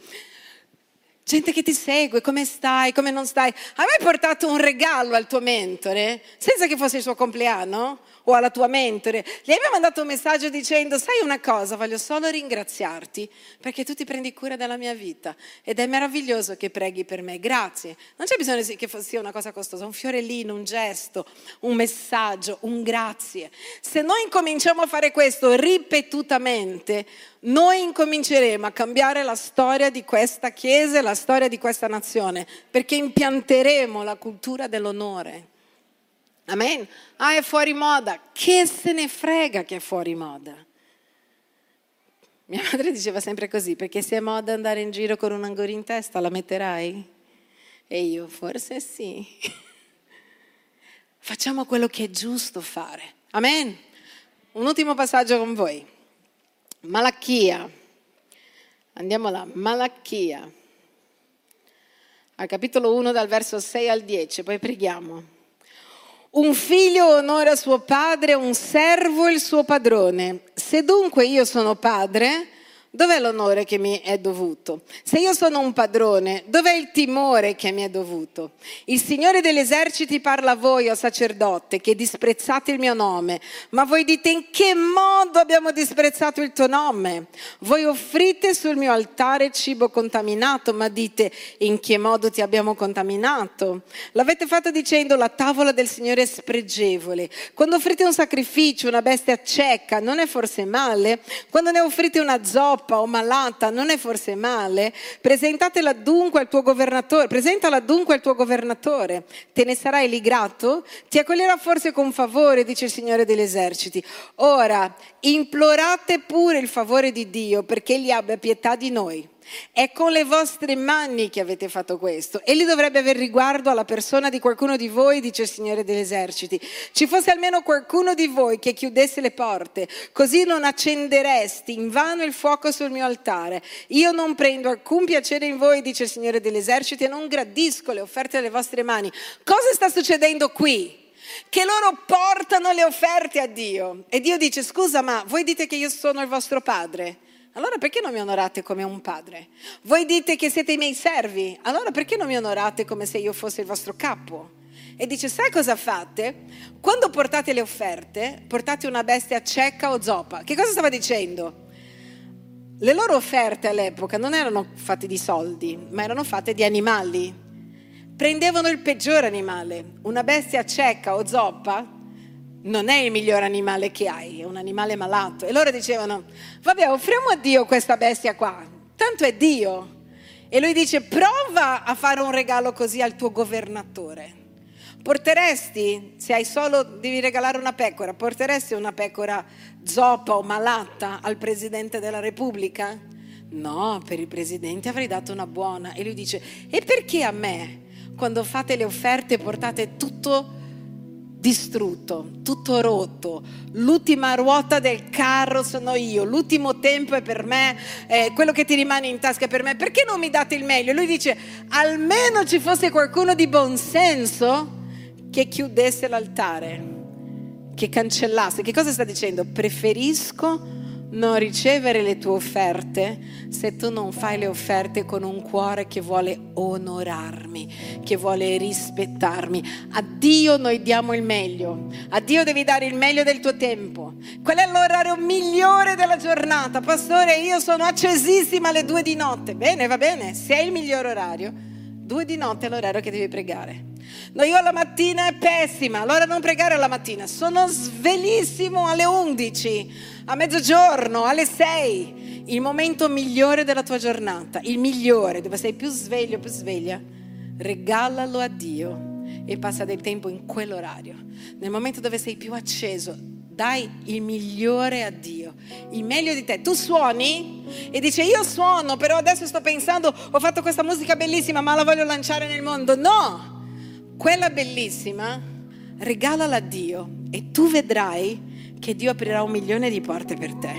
Gente che ti segue, come stai, come non stai. Hai mai portato un regalo al tuo mentore senza che fosse il suo compleanno? O alla tua mentore? Gli hai mai mandato un messaggio dicendo, sai una cosa, voglio solo ringraziarti perché tu ti prendi cura della mia vita ed è meraviglioso che preghi per me, grazie. Non c'è bisogno che sia una cosa costosa, un fiorellino, un gesto, un messaggio, un grazie. Se noi incominciamo a fare questo ripetutamente, noi incominceremo a cambiare la storia di questa chiesa e la storia di questa nazione, perché impianteremo la cultura dell'onore. Amen? Ah, è fuori moda. Che se ne frega che è fuori moda? Mia madre diceva sempre così, perché se è moda andare in giro con un angolo in testa, la metterai? E io, forse sì. Facciamo quello che è giusto fare. Amen? Un ultimo passaggio con voi. Malachia. Andiamo là. Malachia. Al capitolo uno, dal verso sei al dieci, poi preghiamo. Un figlio onora suo padre, un servo il suo padrone. Se dunque io sono padre, dov'è l'onore che mi è dovuto? Se io sono un padrone, dov'è il timore che mi è dovuto? Il Signore degli eserciti parla a voi, o sacerdote, che disprezzate il mio nome. Ma voi dite, in che modo abbiamo disprezzato il tuo nome? Voi offrite sul mio altare cibo contaminato, ma dite, in che modo ti abbiamo contaminato? L'avete fatto dicendo, la tavola del Signore è spregevole. Quando offrite un sacrificio, una bestia cieca, non è forse male? Quando ne offrite una zoppa o malata, non è forse male? Presentatela dunque al tuo governatore, presentala dunque al tuo governatore. Te ne sarai lì grato? Ti accoglierà forse con favore, dice il Signore degli eserciti. Ora, implorate pure il favore di Dio perché egli abbia pietà di noi. È con le vostre mani che avete fatto questo. Egli dovrebbe aver riguardo alla persona di qualcuno di voi, dice il Signore degli eserciti. Ci fosse almeno qualcuno di voi che chiudesse le porte, così non accenderesti invano il fuoco sul mio altare. Io non prendo alcun piacere in voi, dice il Signore degli eserciti, e non gradisco le offerte delle vostre mani. Cosa sta succedendo qui? Che loro portano le offerte a Dio. E Dio dice: scusa, ma voi dite che io sono il vostro padre? Allora perché non mi onorate come un padre? Voi dite che siete i miei servi, allora perché non mi onorate come se io fossi il vostro capo? E dice: sai cosa fate? Quando portate le offerte, portate una bestia cieca o zoppa. Che cosa stava dicendo? Le loro offerte all'epoca non erano fatte di soldi, ma erano fatte di animali. Prendevano il peggiore animale. Una bestia cieca o zoppa non è il miglior animale che hai, è un animale malato. E loro dicevano: vabbè, offriamo a Dio questa bestia qua, tanto è Dio. E lui dice: prova a fare un regalo così al tuo governatore. Porteresti, se hai solo, devi regalare una pecora, porteresti una pecora zoppa o malata al Presidente della Repubblica? No, per il Presidente avrei dato una buona. E lui dice: e perché a me, quando fate le offerte, portate tutto distrutto, tutto rotto, l'ultima ruota del carro sono io, l'ultimo tempo è per me, eh, quello che ti rimane in tasca è per me, perché non mi date il meglio? Lui dice: almeno ci fosse qualcuno di buon senso che chiudesse l'altare, che cancellasse. Che cosa sta dicendo? Preferisco non ricevere le tue offerte se tu non fai le offerte con un cuore che vuole onorarmi, che vuole rispettarmi. A Dio noi diamo il meglio, a Dio devi dare il meglio del tuo tempo. Qual è l'orario migliore della giornata? Pastore, io sono accesissima alle due di notte. Bene, va bene, se è il miglior orario, due di notte è l'orario che devi pregare. No, io la mattina è pessima, allora non pregare alla mattina. Sono svelissimo alle undici, a mezzogiorno, alle sei. Il momento migliore della tua giornata, il migliore, dove sei più sveglio, più sveglia, regalalo a Dio e passa del tempo in quell'orario. Nel momento dove sei più acceso, dai il migliore a Dio, il meglio di te. Tu suoni e dici: io suono, però adesso sto pensando, ho fatto questa musica bellissima, ma la voglio lanciare nel mondo. No! Quella bellissima, regalala a Dio e tu vedrai che Dio aprirà un milione di porte per te.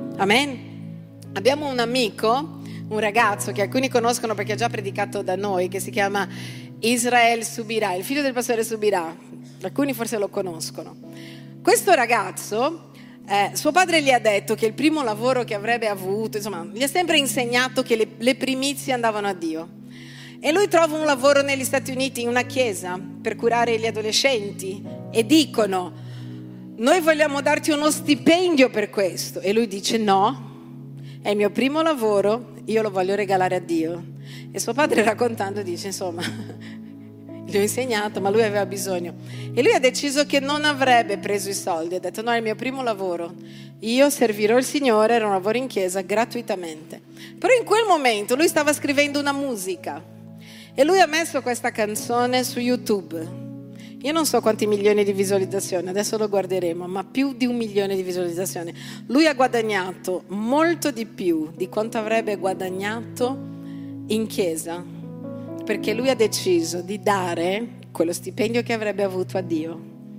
Amen? Abbiamo un amico, un ragazzo che alcuni conoscono perché ha già predicato da noi, che si chiama Israel Subirà, il figlio del pastore Subirà. Alcuni forse lo conoscono. Questo ragazzo, eh, suo padre gli ha detto che il primo lavoro che avrebbe avuto, insomma, gli ha sempre insegnato che le, le primizie andavano a Dio. E lui trova un lavoro negli Stati Uniti in una chiesa per curare gli adolescenti e dicono: noi vogliamo darti uno stipendio per questo. E lui dice: no, è il mio primo lavoro, io lo voglio regalare a Dio. E suo padre, raccontando, dice: insomma, gli ho insegnato, ma lui aveva bisogno. E lui ha deciso che non avrebbe preso i soldi, ha detto: no, è il mio primo lavoro, io servirò il Signore, era un lavoro in chiesa gratuitamente. Però in quel momento lui stava scrivendo una musica e lui ha messo questa canzone su YouTube. Io non so quanti milioni di visualizzazioni, adesso lo guarderemo, ma più di un milione di visualizzazioni. Lui ha guadagnato molto di più di quanto avrebbe guadagnato in chiesa, perché lui ha deciso di dare quello stipendio che avrebbe avuto a Dio.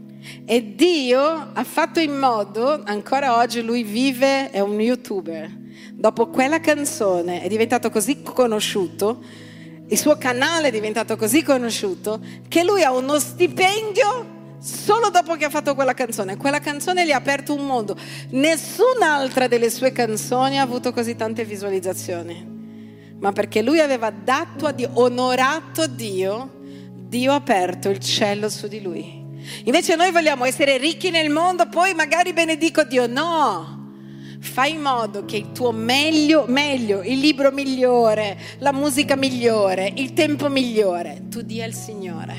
E Dio ha fatto in modo, ancora oggi lui vive, è un YouTuber. Dopo quella canzone è diventato così conosciuto, il suo canale è diventato così conosciuto, che lui ha uno stipendio solo dopo che ha fatto quella canzone. Quella canzone gli ha aperto un mondo. Nessun'altra delle sue canzoni ha avuto così tante visualizzazioni, ma perché lui aveva dato a Dio, onorato Dio, Dio ha aperto il cielo su di lui. Invece noi vogliamo essere ricchi nel mondo, poi magari benedico Dio. No! Fai in modo che il tuo meglio, meglio, il libro migliore, la musica migliore, il tempo migliore, tu dia al Signore.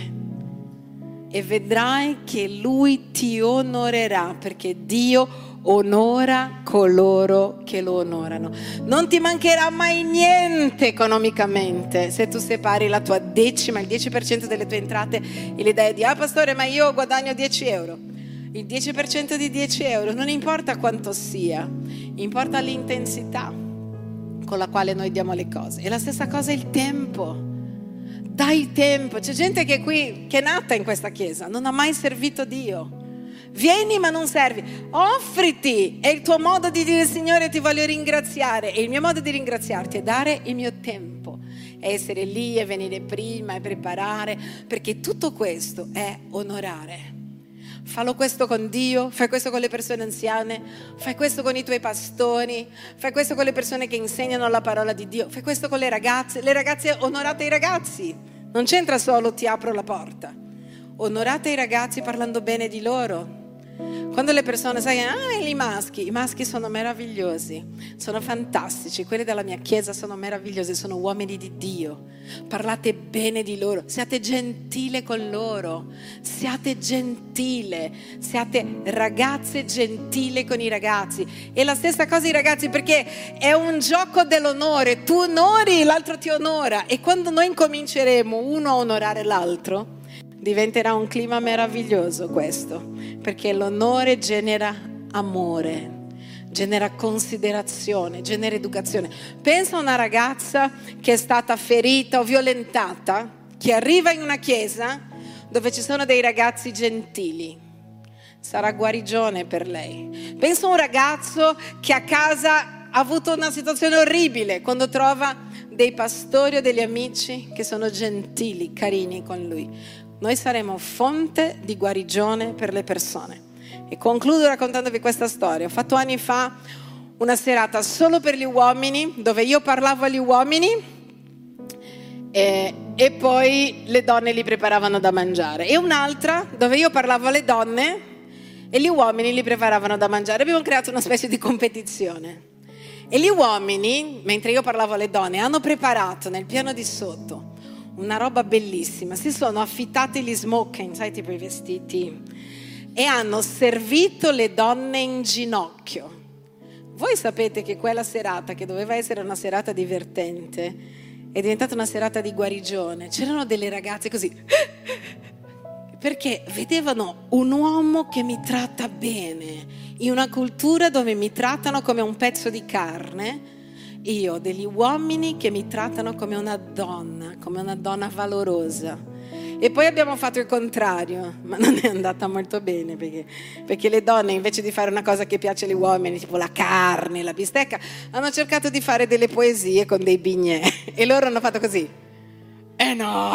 E vedrai che Lui ti onorerà, perché Dio onora coloro che lo onorano. Non ti mancherà mai niente economicamente se tu separi la tua decima, il dieci per cento delle tue entrate e le dai a Dio. Ah, pastore, ma io guadagno dieci euro. Il dieci per cento di dieci euro, non importa quanto sia, importa l'intensità con la quale noi diamo le cose. E la stessa cosa è il tempo. Dai tempo. C'è gente che è qui, che è nata in questa chiesa, non ha mai servito Dio. Vieni ma non servi, offriti, è il tuo modo di dire: Signore, ti voglio ringraziare. E il mio modo di ringraziarti è dare il mio tempo, è essere lì e venire prima e preparare, perché tutto questo è onorare. Fallo questo con Dio, fai questo con le persone anziane, fai questo con i tuoi pastori, fai questo con le persone che insegnano la parola di Dio, fai questo con le ragazze. Le ragazze, onorate i ragazzi, non c'entra solo ti apro la porta. Onorate i ragazzi parlando bene di loro. Quando le persone, sai, ah, i maschi, i maschi sono meravigliosi, sono fantastici, quelli della mia chiesa sono meravigliosi, sono uomini di Dio. Parlate bene di loro, siate gentile con loro, siate gentile, siate ragazze gentile con i ragazzi. E la stessa cosa i ragazzi, perché è un gioco dell'onore, tu onori, l'altro ti onora. E quando noi incominceremo uno a onorare l'altro, diventerà un clima meraviglioso questo, perché l'onore genera amore, genera considerazione, genera educazione. Pensa a una ragazza che è stata ferita o violentata, che arriva in una chiesa dove ci sono dei ragazzi gentili. Sarà guarigione per lei. Pensa a un ragazzo che a casa ha avuto una situazione orribile, quando trova dei pastori o degli amici che sono gentili, carini con lui. Noi saremo fonte di guarigione per le persone. E concludo raccontandovi questa storia. Ho fatto anni fa una serata solo per gli uomini, dove io parlavo agli uomini e, e poi le donne li preparavano da mangiare. E un'altra dove io parlavo alle donne e gli uomini li preparavano da mangiare. Abbiamo creato una specie di competizione. E gli uomini, mentre io parlavo alle donne, hanno preparato nel piano di sotto una roba bellissima, si sono affittati gli smoking, sai, tipo i vestiti, e hanno servito le donne in ginocchio. Voi sapete che quella serata, che doveva essere una serata divertente, è diventata una serata di guarigione. C'erano delle ragazze così, perché vedevano un uomo che mi tratta bene, in una cultura dove mi trattano come un pezzo di carne. Io ho degli uomini che mi trattano come una donna, come una donna valorosa. E poi abbiamo fatto il contrario, ma non è andata molto bene, perché, perché le donne, invece di fare una cosa che piace agli uomini, tipo la carne, la bistecca, hanno cercato di fare delle poesie con dei bignè. E loro hanno fatto così. Eh no!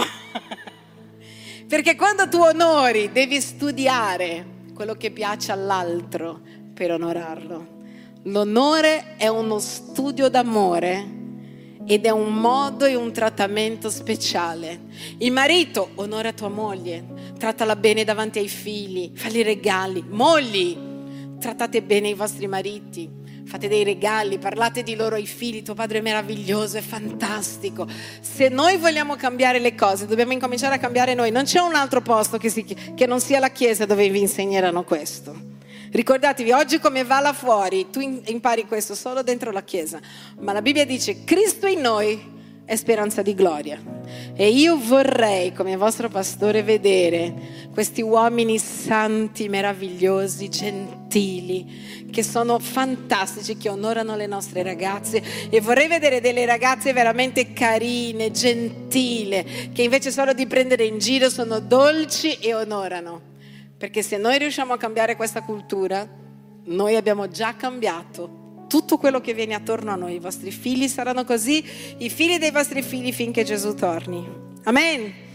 Perché quando tu onori, devi studiare quello che piace all'altro per onorarlo. L'onore è uno studio d'amore ed è un modo e un trattamento speciale. Il marito onora tua moglie, trattala bene davanti ai figli, fagli regali. Mogli, trattate bene i vostri mariti, fate dei regali, parlate di loro ai figli. Tuo padre è meraviglioso, è fantastico. Se noi vogliamo cambiare le cose, dobbiamo incominciare a cambiare noi. Non c'è un altro posto che, si, che non sia la chiesa dove vi insegneranno questo. Ricordatevi, oggi come va là fuori, tu impari questo solo dentro la chiesa, ma la Bibbia dice: Cristo in noi è speranza di gloria. E io vorrei, come vostro pastore, vedere questi uomini santi, meravigliosi, gentili, che sono fantastici, che onorano le nostre ragazze. E vorrei vedere delle ragazze veramente carine, gentili, che invece solo di prendere in giro sono dolci e onorano. Perché se noi riusciamo a cambiare questa cultura, noi abbiamo già cambiato tutto quello che viene attorno a noi. I vostri figli saranno così, i figli dei vostri figli, finché Gesù torni. Amen.